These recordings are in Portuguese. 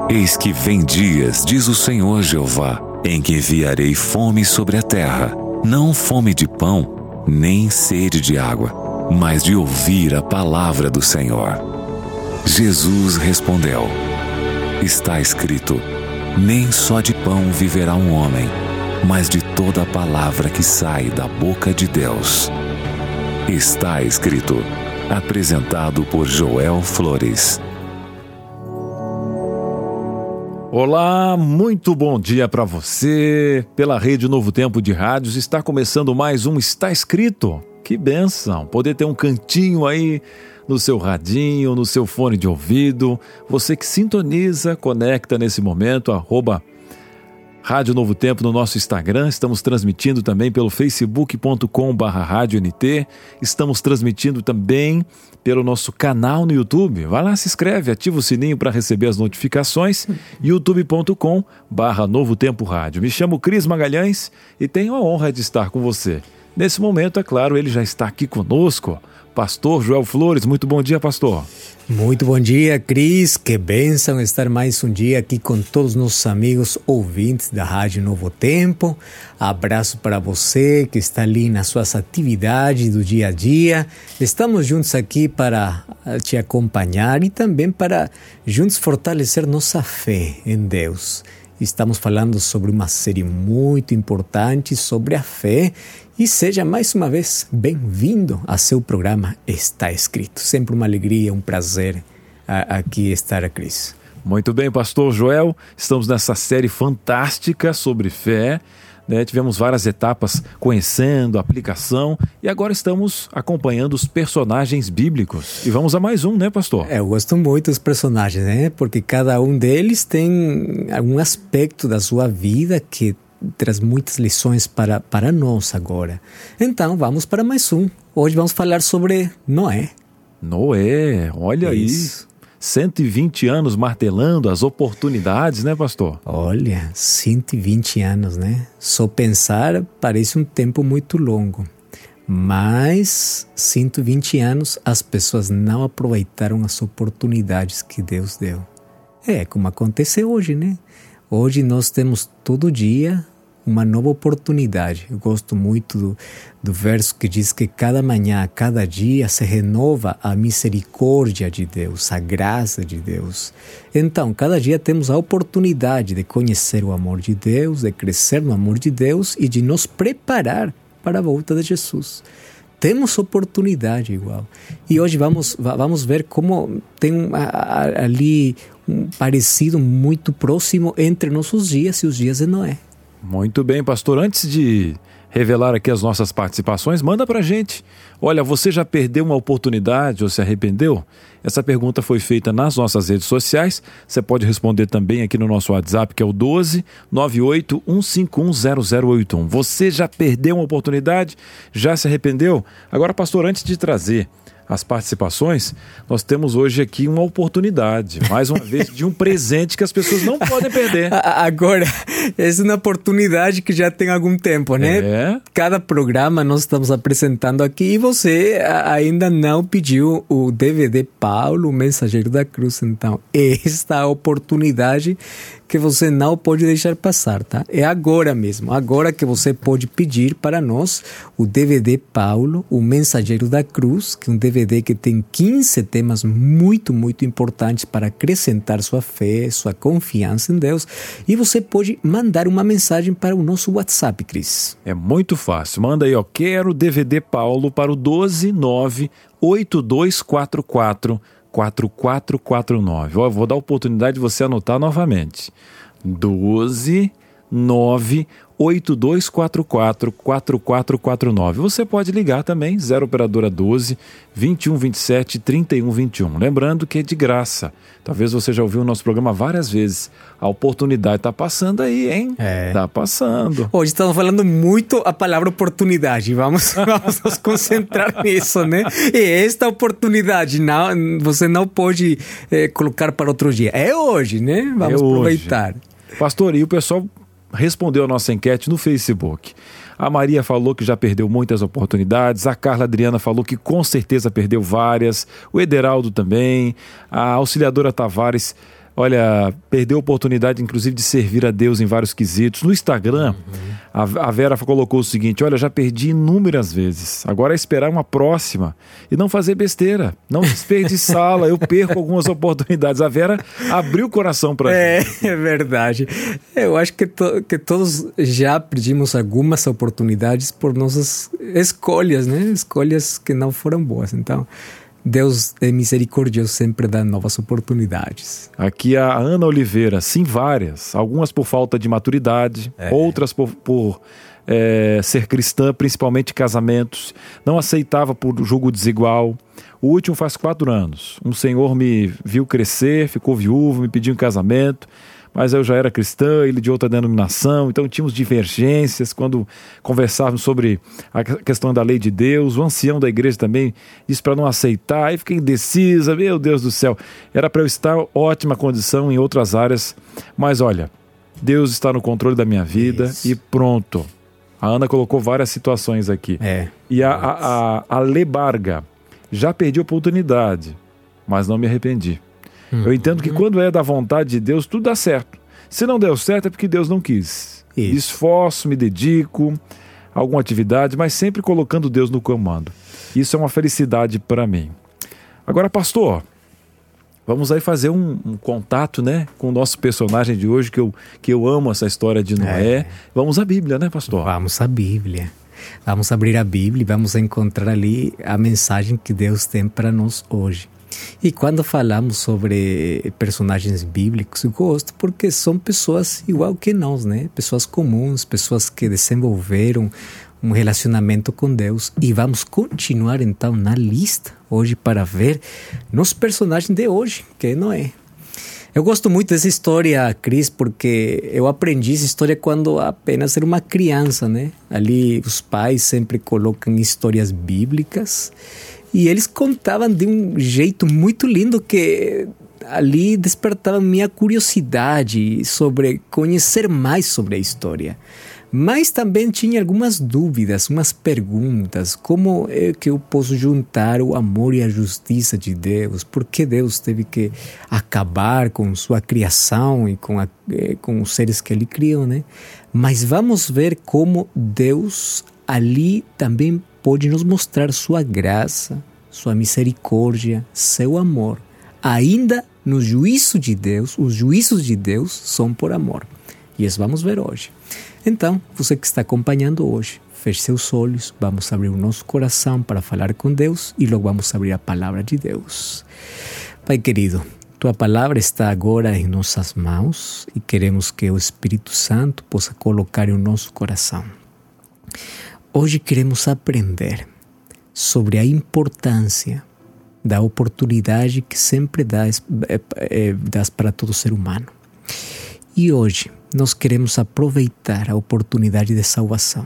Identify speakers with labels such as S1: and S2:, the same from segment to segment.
S1: Eis que vem dias, diz o Senhor Jeová, em que enviarei fome sobre a terra, não fome de pão, nem sede de água, mas de ouvir a palavra do Senhor. Jesus respondeu: está escrito, nem só de pão viverá um homem, mas de toda a palavra que sai da boca de Deus. Está escrito. Apresentado por Joel Flores.
S2: Olá, muito bom dia para você. Pela Rede Novo Tempo de Rádios está começando mais um Está Escrito. Que bênção poder ter um cantinho aí no seu radinho, no seu fone de ouvido. Você que sintoniza, conecta nesse momento, Rádio Novo Tempo no nosso Instagram. Estamos transmitindo também pelo facebook.com/RádioNT. Estamos transmitindo também pelo nosso canal no YouTube. Vai lá, se inscreve, ativa o sininho para receber as notificações. youtube.com/Novo Tempo Rádio. Me chamo Cris Magalhães e tenho a honra de estar com você. Nesse momento, é claro, ele já está aqui conosco, Pastor Joel Flores. Muito bom dia, pastor.
S3: Muito bom dia, Cris. Que bênção estar mais um dia aqui com todos os nossos amigos ouvintes da Rádio Novo Tempo. Abraço para você que está ali nas suas atividades do dia a dia. Estamos juntos aqui para te acompanhar e também para juntos fortalecer nossa fé em Deus. Estamos falando sobre uma série muito importante sobre a fé. E seja mais uma vez bem-vindo a seu programa Está Escrito. Sempre uma alegria, um prazer aqui estar, Cris.
S2: Muito bem, pastor Joel. Estamos nessa série fantástica sobre fé, né? Tivemos várias etapas conhecendo a aplicação e agora estamos acompanhando os personagens bíblicos. E vamos a mais um, né, pastor?
S3: Eu gosto muito dos personagens, né? Porque cada um deles tem algum aspecto da sua vida que traz muitas lições para nós agora. Então, vamos para mais um. Hoje vamos falar sobre Noé.
S2: Noé, olha isso. Aí. 120 anos martelando as oportunidades, né, pastor?
S3: Olha, 120 anos, né? Só pensar parece um tempo muito longo. Mas 120 anos as pessoas não aproveitaram as oportunidades que Deus deu. É como acontece hoje, né? Hoje nós temos todo dia uma nova oportunidade. Eu gosto muito do verso que diz que cada manhã, cada dia se renova a misericórdia de Deus, a graça de Deus. Então, cada dia temos a oportunidade de conhecer o amor de Deus, de crescer no amor de Deus e de nos preparar para a volta de Jesus. Temos oportunidade igual. E hoje vamos ver como tem ali um parecido muito próximo entre nossos dias e os dias de Noé.
S2: Muito bem, pastor. Antes de revelar aqui as nossas participações, manda pra gente. Olha, você já perdeu uma oportunidade ou se arrependeu? Essa pergunta foi feita nas nossas redes sociais. Você pode responder também aqui no nosso WhatsApp, que é o 12 98 151 0081. Você já perdeu uma oportunidade? Já se arrependeu? Agora, pastor, antes de trazer as participações, nós temos hoje aqui uma oportunidade, mais uma vez, de um presente que as pessoas não podem perder.
S3: Agora, essa é uma oportunidade que já tem algum tempo, né?
S2: É.
S3: Cada programa nós estamos apresentando aqui e você ainda não pediu o DVD Paulo, o Mensageiro da Cruz. Então, esta é a oportunidade que você não pode deixar passar, tá? É agora mesmo, agora que você pode pedir para nós o DVD Paulo, o Mensageiro da Cruz, que é um DVD que tem 15 temas muito, muito importantes para acrescentar sua fé, sua confiança em Deus. E você pode mandar uma mensagem para o nosso WhatsApp, Cris.
S2: É muito fácil. Manda aí, quero DVD Paulo para o 1298244 4449. Eu vou dar a oportunidade de você anotar novamente. 1298244 4449. Você pode ligar também, 0 operadora 12 2127 3121. Lembrando que é de graça. Talvez você já ouviu o nosso programa várias vezes. A oportunidade está passando aí, hein? Está passando.
S3: Hoje estamos falando muito a palavra oportunidade. Vamos nos concentrar nisso, né? E esta oportunidade você não pode colocar para outro dia. É hoje, né? Vamos aproveitar.
S2: Pastor, e o pessoal respondeu a nossa enquete no Facebook. A Maria falou que já perdeu muitas oportunidades, a Carla Adriana falou que com certeza perdeu várias, o Ederaldo também, a auxiliadora Tavares Olha, perdeu a oportunidade, inclusive, de servir a Deus em vários quesitos. No Instagram, a Vera colocou o seguinte: olha, já perdi inúmeras vezes. Agora é esperar uma próxima e não fazer besteira. Não desperdiçá-la. Eu perco algumas oportunidades. A Vera abriu o coração para gente.
S3: É verdade. Eu acho que todos já perdimos algumas oportunidades por nossas escolhas, né? Escolhas que não foram boas. Então, Deus é misericordioso, sempre dá novas oportunidades.
S2: Aqui a Ana Oliveira, sim, várias. Algumas por falta de maturidade, outras por ser cristã, principalmente casamentos. Não aceitava por julgo desigual. O último faz 4 anos. Um senhor me viu crescer, ficou viúvo, me pediu em casamento. Mas eu já era cristã, ele de outra denominação, então tínhamos divergências quando conversávamos sobre a questão da lei de Deus. O ancião da igreja também disse para não aceitar, aí fiquei indecisa, meu Deus do céu. Era para eu estar em ótima condição em outras áreas, mas olha, Deus está no controle da minha vida. Isso. E pronto. A Ana colocou várias situações aqui. E a Lebarga, já perdi a oportunidade, mas não me arrependi. Eu entendo que quando é da vontade de Deus, tudo dá certo. Se não deu certo é porque Deus não quis. Isso. Me esforço, me dedico a alguma atividade, mas sempre colocando Deus no comando. Isso é uma felicidade para mim. Agora, pastor, vamos aí fazer um contato, né, com o nosso personagem de hoje, que eu amo essa história de Noé. Vamos à Bíblia, né, pastor?
S3: Vamos à Bíblia. Vamos abrir a Bíblia e vamos encontrar ali a mensagem que Deus tem para nós hoje. E quando falamos sobre personagens bíblicos, eu gosto porque são pessoas igual que nós, né? Pessoas comuns, pessoas que desenvolveram um relacionamento com Deus. E vamos continuar então na lista hoje para ver nosso personagem de hoje, que é Noé. Eu gosto muito dessa história, Cris, porque eu aprendi essa história quando apenas era uma criança, né? Ali os pais sempre colocam histórias bíblicas. E eles contavam de um jeito muito lindo que ali despertava minha curiosidade sobre conhecer mais sobre a história. Mas também tinha algumas dúvidas, umas perguntas. Como é que eu posso juntar o amor e a justiça de Deus? Por que Deus teve que acabar com sua criação e com os seres que Ele criou, né? Mas vamos ver como Deus ali também pode nos mostrar sua graça, sua misericórdia, seu amor. Ainda no juízo de Deus, os juízos de Deus são por amor. E isso vamos ver hoje. Então, você que está acompanhando hoje, feche seus olhos, vamos abrir o nosso coração para falar com Deus e logo vamos abrir a palavra de Deus. Pai querido, Tua palavra está agora em nossas mãos e queremos que o Espírito Santo possa colocar em nosso coração. Hoje queremos aprender sobre a importância da oportunidade que sempre dás para todo ser humano. E hoje nós queremos aproveitar a oportunidade de salvação,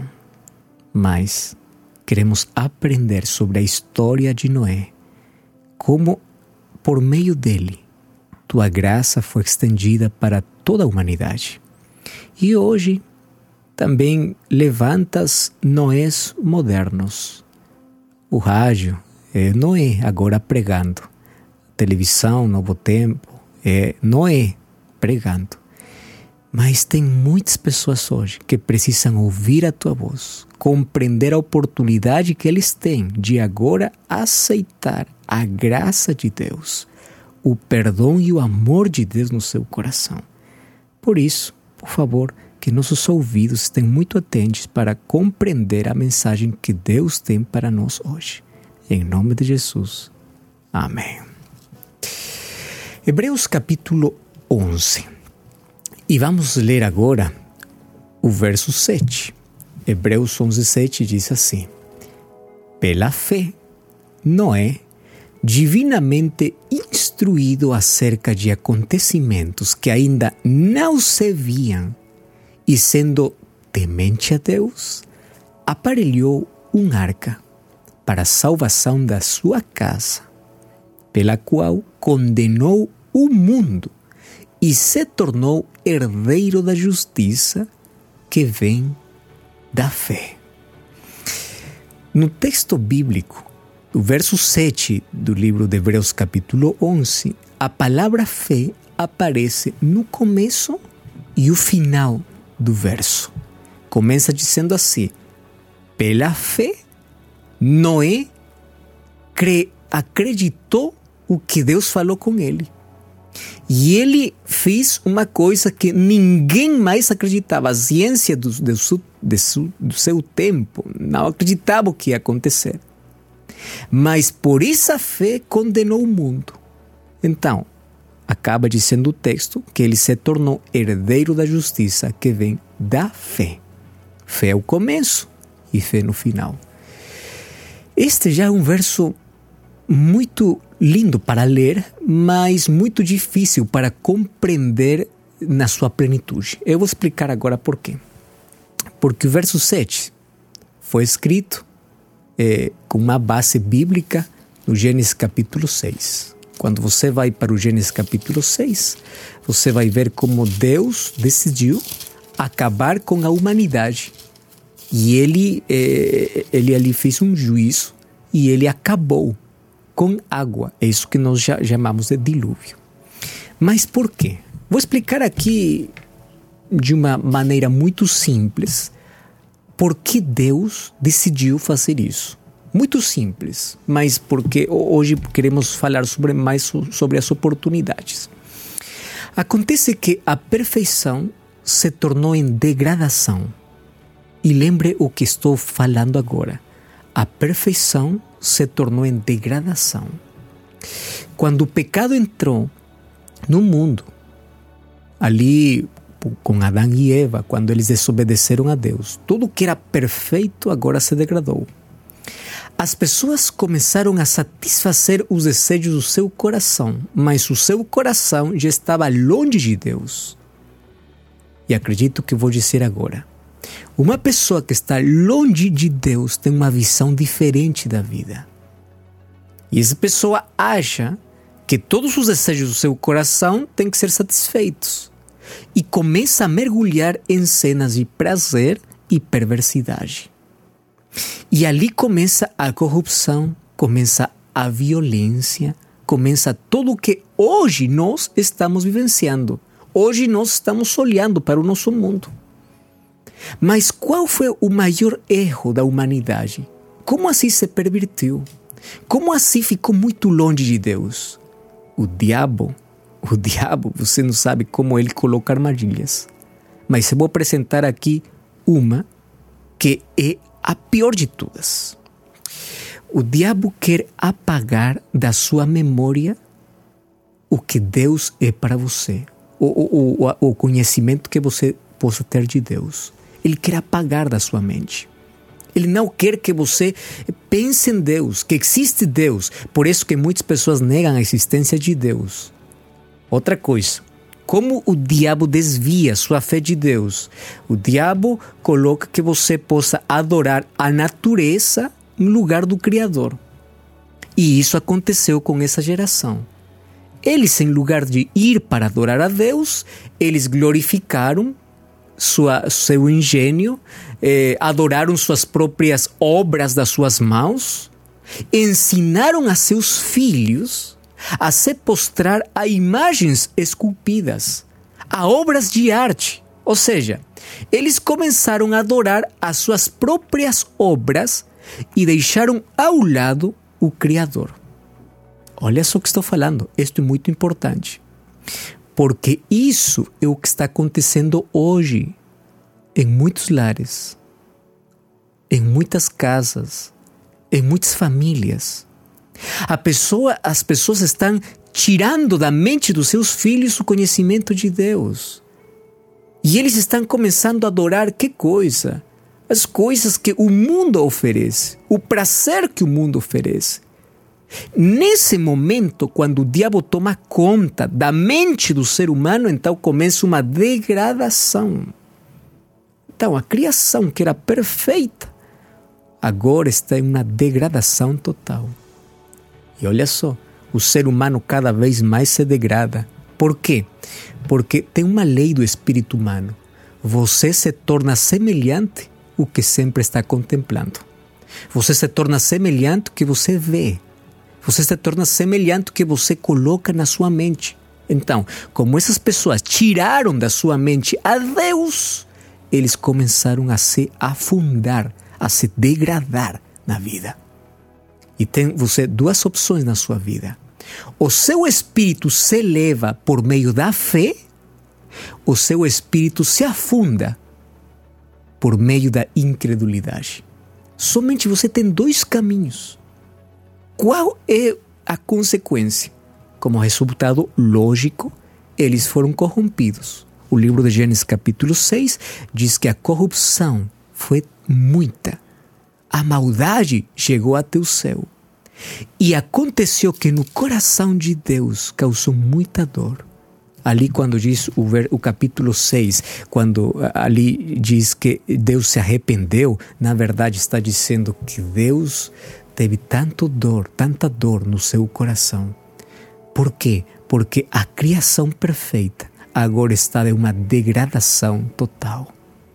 S3: mas queremos aprender sobre a história de Noé, como por meio dele tua graça foi estendida para toda a humanidade. E hoje também levantas Noés modernos. O rádio é Noé agora pregando. Televisão, Novo Tempo, é Noé pregando. Mas tem muitas pessoas hoje que precisam ouvir a tua voz, compreender a oportunidade que eles têm de agora aceitar a graça de Deus, o perdão e o amor de Deus no seu coração. Por isso, por favor, que nossos ouvidos estejam muito atentos para compreender a mensagem que Deus tem para nós hoje. Em nome de Jesus. Amém. Hebreus capítulo 11. E vamos ler agora o verso 7. Hebreus 11, 7 diz assim: Pela fé, Noé, divinamente instruído acerca de acontecimentos que ainda não se viam, e sendo temente a Deus, aparelhou uma arca para a salvação da sua casa, pela qual condenou o mundo e se tornou herdeiro da justiça que vem da fé. No texto bíblico, o verso 7 do livro de Hebreus capítulo 11, a palavra fé aparece no começo e o final do verso. Começa dizendo assim: pela fé, Noé acreditou o que Deus falou com ele. E ele fez uma coisa que ninguém mais acreditava. A ciência do seu tempo não acreditava o que ia acontecer. Mas por essa fé condenou o mundo. Então, acaba dizendo o texto que ele se tornou herdeiro da justiça que vem da fé. Fé é o começo e fé no final. Este já é um verso muito lindo para ler, mas muito difícil para compreender na sua plenitude. Eu vou explicar agora por quê. Porque o verso 7 foi escrito com uma base bíblica no Gênesis capítulo 6. Quando você vai para o Gênesis capítulo 6, você vai ver como Deus decidiu acabar com a humanidade. E ele ali fez um juízo e ele acabou com água. É isso que nós já chamamos de dilúvio. Mas por quê? Vou explicar aqui de uma maneira muito simples por que Deus decidiu fazer isso. Muito simples, mas porque hoje queremos falar mais sobre as oportunidades. Acontece que a perfeição se tornou em degradação. E lembre o que estou falando agora. A perfeição se tornou em degradação. Quando o pecado entrou no mundo, ali com Adão e Eva, quando eles desobedeceram a Deus, tudo que era perfeito agora se degradou. As pessoas começaram a satisfazer os desejos do seu coração, mas o seu coração já estava longe de Deus. E acredito que vou dizer agora. Uma pessoa que está longe de Deus tem uma visão diferente da vida. E essa pessoa acha que todos os desejos do seu coração têm que ser satisfeitos. E começa a mergulhar em cenas de prazer e perversidade. E ali começa a corrupção, começa a violência, começa tudo o que hoje nós estamos vivenciando. Hoje nós estamos olhando para o nosso mundo. Mas qual foi o maior erro da humanidade? Como assim se pervertiu? Como assim ficou muito longe de Deus? O diabo, você não sabe como ele coloca armadilhas. Mas eu vou apresentar aqui uma que é a pior de todas. O diabo quer apagar da sua memória o que Deus é para você. O conhecimento que você possa ter de Deus. Ele quer apagar da sua mente. Ele não quer que você pense em Deus, que existe Deus. Por isso que muitas pessoas negam a existência de Deus. Outra coisa, como o diabo desvia sua fé de Deus? O diabo coloca que você possa adorar a natureza no lugar do Criador. E isso aconteceu com essa geração. Eles, em lugar de ir para adorar a Deus, eles glorificaram seu engenho, adoraram suas próprias obras das suas mãos, ensinaram a seus filhos a se postrar a imagens esculpidas, a obras de arte. Ou seja, eles começaram a adorar as suas próprias obras e deixaram ao lado o Criador. Olha só o que estou falando, isto é muito importante. Porque isso é o que está acontecendo hoje em muitos lares, em muitas casas, em muitas famílias. As pessoas estão tirando da mente dos seus filhos o conhecimento de Deus. E eles estão começando a adorar que coisa? As coisas que o mundo oferece, o prazer que o mundo oferece. Nesse momento, quando o diabo toma conta da mente do ser humano, então começa uma degradação. Então, a criação que era perfeita, agora está em uma degradação total. E olha só, o ser humano cada vez mais se degrada. Por quê? Porque tem uma lei do espírito humano. Você se torna semelhante ao que sempre está contemplando. Você se torna semelhante ao que você vê. Você se torna semelhante ao que você coloca na sua mente. Então, como essas pessoas tiraram da sua mente a Deus, eles começaram a se afundar, a se degradar na vida. E tem você duas opções na sua vida. O seu espírito se eleva por meio da fé, o seu espírito se afunda por meio da incredulidade. Somente você tem dois caminhos. Qual é a consequência? Como resultado lógico, eles foram corrompidos. O livro de Gênesis capítulo 6 diz que a corrupção foi muita. A maldade chegou até o céu. E aconteceu que no coração de Deus causou muita dor. Ali quando diz o capítulo 6, quando ali diz que Deus se arrependeu, na verdade está dizendo que Deus teve tanta dor no seu coração. Por quê? Porque a criação perfeita agora está em uma degradação total.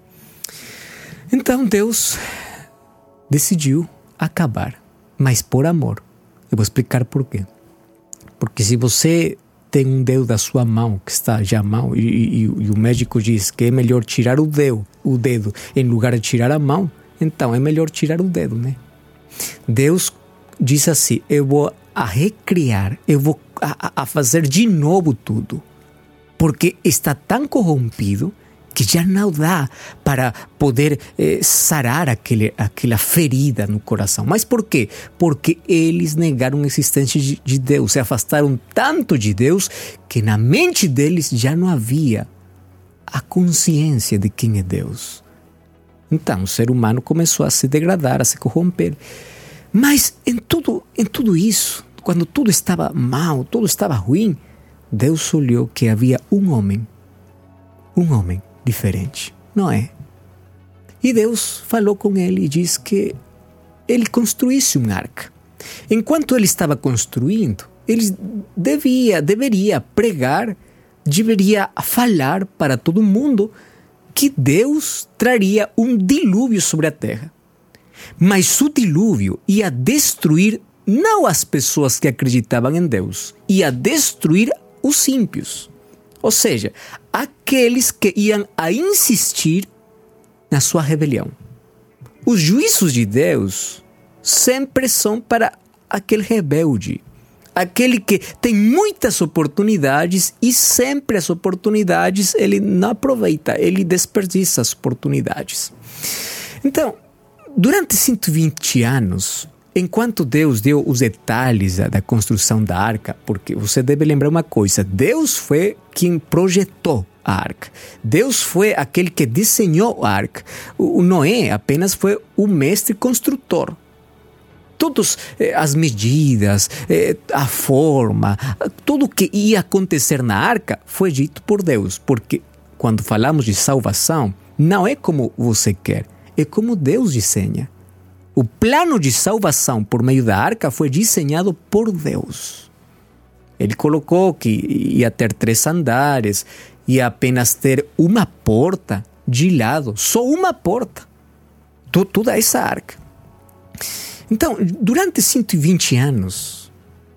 S3: Então Deus decidiu acabar, mas por amor. Eu vou explicar por quê. Porque se você tem um dedo da sua mão que está já mal e o médico diz que é melhor tirar o dedo em lugar de tirar a mão, então é melhor tirar o dedo, né? Deus diz assim: eu vou recriar, eu vou a fazer de novo tudo, porque está tão corrompido que já não dá para poder sarar aquela ferida no coração. Mas por quê? Porque eles negaram a existência de Deus, se afastaram tanto de Deus que na mente deles já não havia a consciência de quem é Deus. Então o ser humano começou a se degradar, a se corromper. Mas em tudo isso, quando tudo estava mal, tudo estava ruim, Deus olhou que havia um homem diferente, Noé. E Deus falou com ele e disse que ele construísse uma arca. Enquanto ele estava construindo, ele deveria pregar, deveria falar para todo mundo que Deus traria um dilúvio sobre a terra. Mas o dilúvio ia destruir não as pessoas que acreditavam em Deus, ia destruir os ímpios. Ou seja, aqueles que iam a insistir na sua rebelião. Os juízos de Deus sempre são para aquele rebelde, aquele que tem muitas oportunidades e sempre as oportunidades ele não aproveita, ele desperdiça as oportunidades. Então, durante 120 anos, enquanto Deus deu os detalhes da construção da arca, porque você deve lembrar uma coisa, Deus foi quem projetou a arca. Deus foi aquele que desenhou a arca. O Noé apenas foi o mestre construtor. Todas as medidas, a forma, tudo o que ia acontecer na arca foi dito por Deus. Porque quando falamos de salvação, não é como você quer, é como Deus desenha. O plano de salvação por meio da arca foi desenhado por Deus. Ele colocou que ia ter 3 andares, ia apenas ter uma porta de lado, só uma porta. Toda essa arca. Então, durante 120 anos,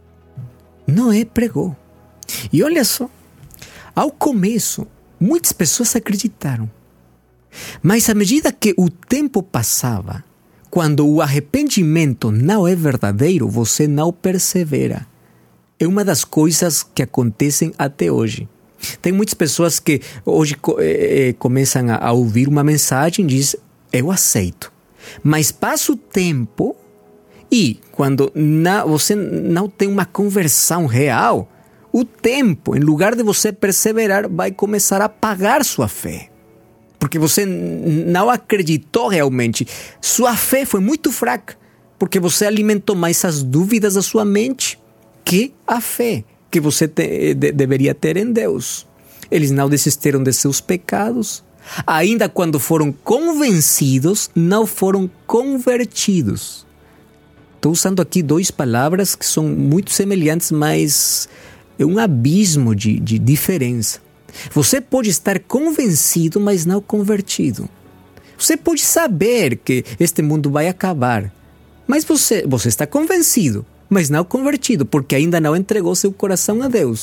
S3: Noé pregou. E olha só, ao começo, muitas pessoas acreditaram. Mas à medida que o tempo passava, quando o arrependimento não é verdadeiro, você não persevera. É uma das coisas que acontecem até hoje. Tem muitas pessoas que hoje começam a ouvir uma mensagem e dizem, eu aceito. Mas passa o tempo e quando você não tem uma conversão real, o tempo, em lugar de você perseverar, vai começar a apagar sua fé. Porque você não acreditou realmente. Sua fé foi muito fraca. Porque você alimentou mais as dúvidas da sua mente que a fé que você deveria ter em Deus. Eles não desistiram de seus pecados. Ainda quando foram convencidos, não foram convertidos. Estou usando aqui 2 palavras que são muito semelhantes, mas é um abismo de diferença. Você pode estar convencido, mas não convertido. Você pode saber que este mundo vai acabar, mas você está convencido, mas não convertido, porque ainda não entregou seu coração a Deus.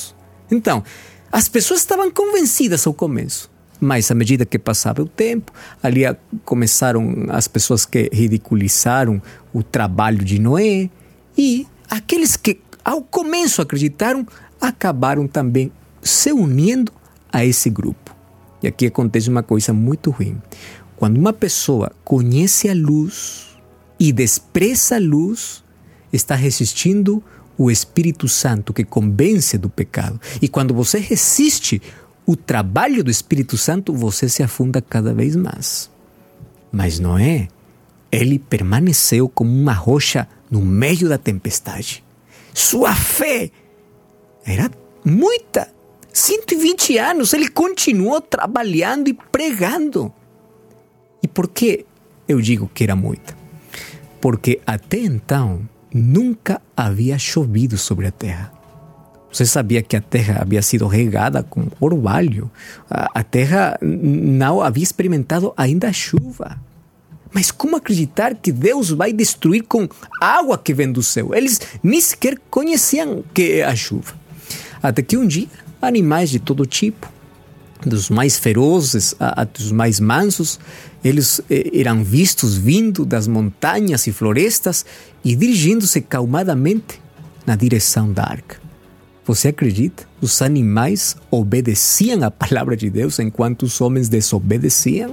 S3: Então, as pessoas estavam convencidas ao começo. Mas à medida que passava o tempo, ali começaram as pessoas que ridiculizaram o trabalho de Noé. E aqueles que ao começo acreditaram, acabaram também se unindo a esse grupo. E aqui acontece uma coisa muito ruim. Quando uma pessoa conhece a luz e despreza a luz, está resistindo o Espírito Santo que convence do pecado. E quando você resiste o trabalho do Espírito Santo, você se afunda cada vez mais. Mas Noé, ele permaneceu como uma rocha no meio da tempestade. Sua fé era muita. 120 anos, ele continuou trabalhando e pregando. E por que eu digo que era muita? Porque até então nunca havia chovido sobre a terra. Você sabia que a terra havia sido regada com orvalho? A terra não havia experimentado ainda a chuva. Mas como acreditar que Deus vai destruir com água que vem do céu? Eles nem sequer conheciam que é a chuva. Até que um dia, animais de todo tipo, dos mais ferozes a dos mais mansos, eles eram vistos vindo das montanhas e florestas e dirigindo-se calmadamente na direção da arca. Você acredita? Os animais obedeciam à palavra de Deus enquanto os homens desobedeciam?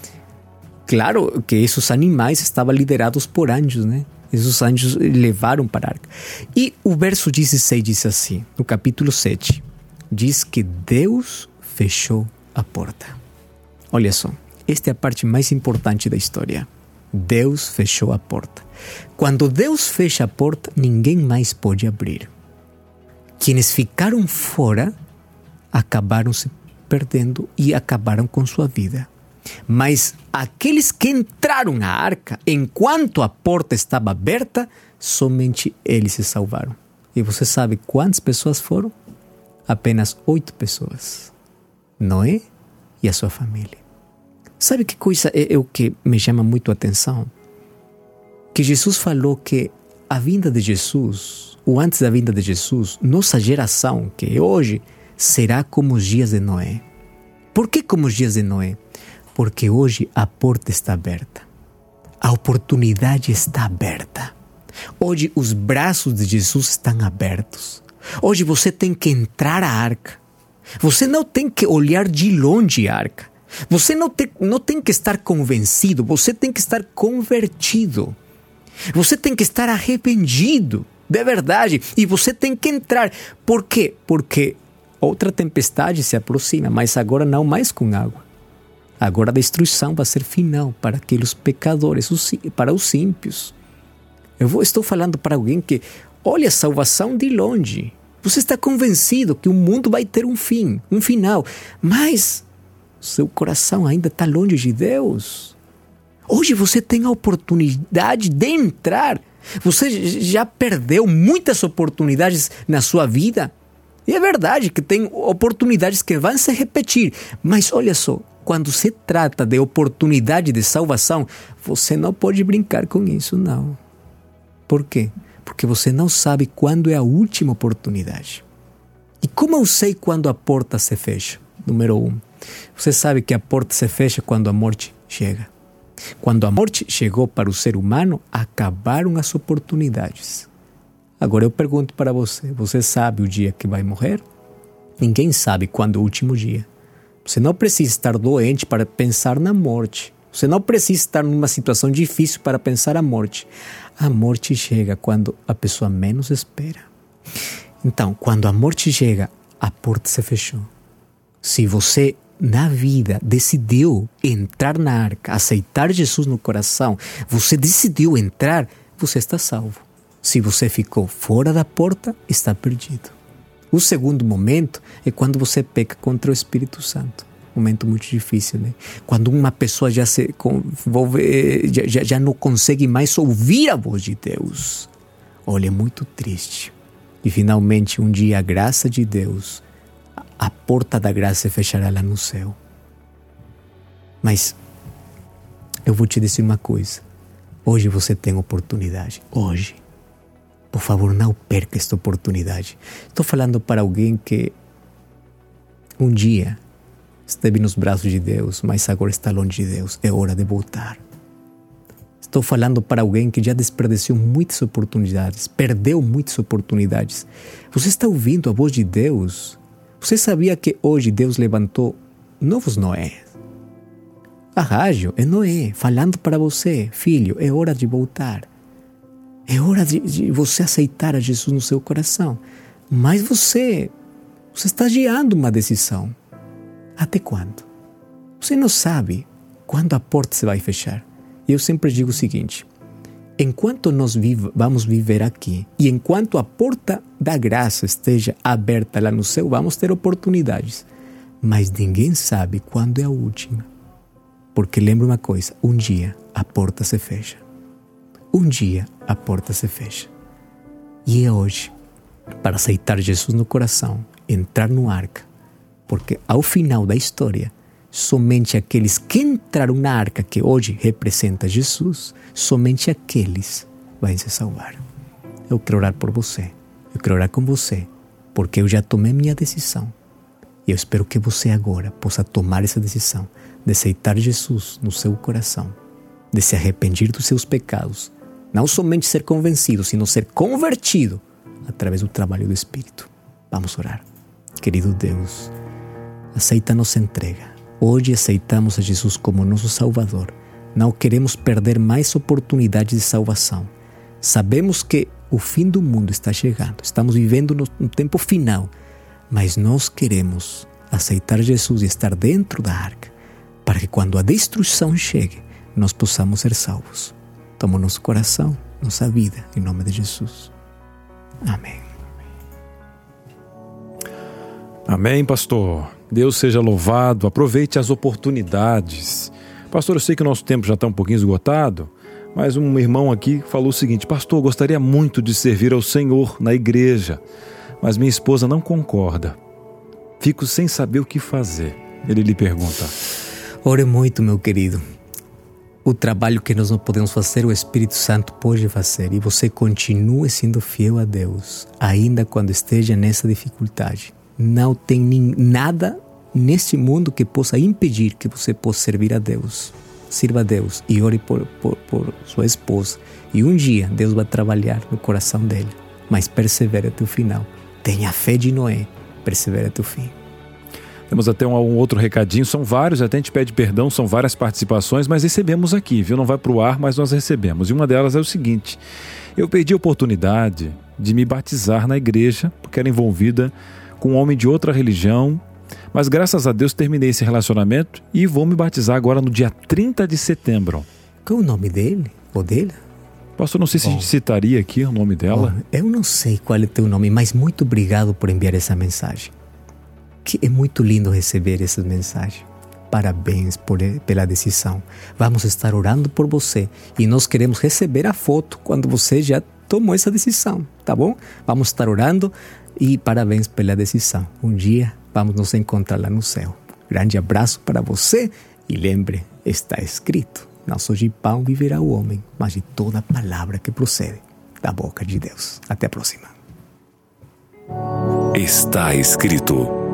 S3: Claro que esses animais estavam liderados por anjos, né? Esses anjos levaram para a arca. E o verso 16 diz assim, no capítulo 7, diz que Deus fechou a porta. Olha só, esta é a parte mais importante da história. Deus fechou a porta. Quando Deus fecha a porta, ninguém mais pode abrir. Quienes ficaram fora acabaram se perdendo e acabaram com sua vida. Mas aqueles que entraram na arca, enquanto a porta estava aberta, somente eles se salvaram. E você sabe quantas pessoas foram? Apenas 8 pessoas. Noé e a sua família. Sabe que coisa é o que me chama muito a atenção? Que Jesus falou que a vinda de Jesus, ou antes da vinda de Jesus, nossa geração, que é hoje, será como os dias de Noé. Por que como os dias de Noé? Porque hoje a porta está aberta. A oportunidade está aberta. Hoje os braços de Jesus estão abertos. Hoje você tem que entrar à arca. Você não tem que olhar de longe a arca. Você não tem que estar convencido. Você tem que estar convertido. Você tem que estar arrependido, de verdade. E você tem que entrar. Por quê? Porque outra tempestade se aproxima, mas agora não mais com água. Agora a destruição vai ser final para aqueles pecadores, para os ímpios. Estou falando para alguém que olha a salvação de longe. Você está convencido que o mundo vai ter um fim, um final. Mas seu coração ainda está longe de Deus. Hoje você tem a oportunidade de entrar. Você já perdeu muitas oportunidades na sua vida. E é verdade que tem oportunidades que vão se repetir. Mas olha só, quando se trata de oportunidade de salvação, você não pode brincar com isso, não. Por quê? Porque você não sabe quando é a última oportunidade. E como eu sei quando a porta se fecha? Número 1. Você sabe que a porta se fecha quando a morte chega. Quando a morte chegou para o ser humano, acabaram as oportunidades. Agora eu pergunto para você, você sabe o dia que vai morrer? Ninguém sabe quando é o último dia. Você não precisa estar doente para pensar na morte. Você não precisa estar numa situação difícil para pensar a morte. A morte chega quando a pessoa menos espera. Então, quando a morte chega, a porta se fechou. Se você, na vida, decidiu entrar na arca, aceitar Jesus no coração, você decidiu entrar, você está salvo. Se você ficou fora da porta, está perdido. O segundo momento é quando você peca contra o Espírito Santo. Momento muito difícil, né? Quando uma pessoa já não consegue mais ouvir a voz de Deus. Olha, é muito triste. E finalmente um dia a graça de Deus, a porta da graça se fechará lá no céu. Mas eu vou te dizer uma coisa. Hoje você tem oportunidade. Hoje. Por favor, não perca esta oportunidade. Estou falando para alguém que Um dia esteve nos braços de Deus, mas agora está longe de Deus. É hora de voltar. Estou falando para alguém que já desperdiciou muitas oportunidades, perdeu muitas oportunidades. Você está ouvindo a voz de Deus? Você sabia que hoje Deus levantou novos Noé? A rádio é Noé falando para você: filho, é hora de voltar. É hora de você aceitar a Jesus no seu coração. Mas você está adiando uma decisão. Até quando? Você não sabe quando a porta se vai fechar. E eu sempre digo o seguinte: enquanto nós vamos viver aqui e enquanto a porta da graça esteja aberta lá no céu, vamos ter oportunidades. Mas ninguém sabe quando é a última. Porque lembra uma coisa: um dia a porta se fecha. Um dia a porta se fecha. E é hoje, para aceitar Jesus no coração, entrar no arca. Porque ao final da história, somente aqueles que entraram na arca, que hoje representa Jesus, somente aqueles vão se salvar. Eu quero orar por você. Eu quero orar com você, porque eu já tomei minha decisão. E eu espero que você agora possa tomar essa decisão de aceitar Jesus no seu coração, de se arrepender dos seus pecados, não somente ser convencido, sino ser convertido através do trabalho do Espírito. Vamos orar. Querido Deus, aceita nossa entrega. Hoje aceitamos a Jesus como nosso Salvador. Não queremos perder mais oportunidades de salvação. Sabemos que o fim do mundo está chegando. Estamos vivendo no tempo final. Mas nós queremos aceitar Jesus e estar dentro da arca, para que quando a destruição chegue, nós possamos ser salvos. Toma nosso coração, nossa vida, em nome de Jesus. Amém.
S2: Amém, pastor. Deus seja louvado. Aproveite as oportunidades. Pastor, eu sei que o nosso tempo já está um pouquinho esgotado, mas um irmão aqui falou o seguinte: pastor, eu gostaria muito de servir ao Senhor na igreja, mas minha esposa não concorda. Fico sem saber o que fazer. Ele lhe pergunta.
S3: Ore muito, meu querido. O trabalho que nós não podemos fazer, o Espírito Santo pode fazer. E você continue sendo fiel a Deus, ainda quando esteja nessa dificuldade. Não tem nada neste mundo que possa impedir que você possa servir a Deus. Sirva a Deus e ore por sua esposa. E um dia Deus vai trabalhar no coração dele. Mas persevere até o final. Tenha a fé de Noé. Persevere até o fim.
S2: Temos até um outro recadinho, são vários, até a gente pede perdão, são várias participações, mas recebemos aqui, viu? Não vai para o ar, mas nós recebemos. E uma delas é o seguinte: eu perdi a oportunidade de me batizar na igreja, porque era envolvida com um homem de outra religião, mas graças a Deus terminei esse relacionamento e vou me batizar agora no dia 30 de setembro.
S3: Qual é o nome dele ou dela?
S2: Pastor, não sei se a gente citaria aqui o nome dela.
S3: Eu não sei qual é o teu nome, mas muito obrigado por enviar essa mensagem. Que é muito lindo receber essa mensagem. Parabéns pela decisão. Vamos estar orando por você e nós queremos receber a foto quando você já tomou essa decisão, tá bom? Vamos estar orando e parabéns pela decisão. Um dia vamos nos encontrar lá no céu. Grande abraço para você e lembre, está escrito: não só de pão viverá o homem, mas de toda palavra que procede da boca de Deus. Até a próxima.
S1: Está escrito.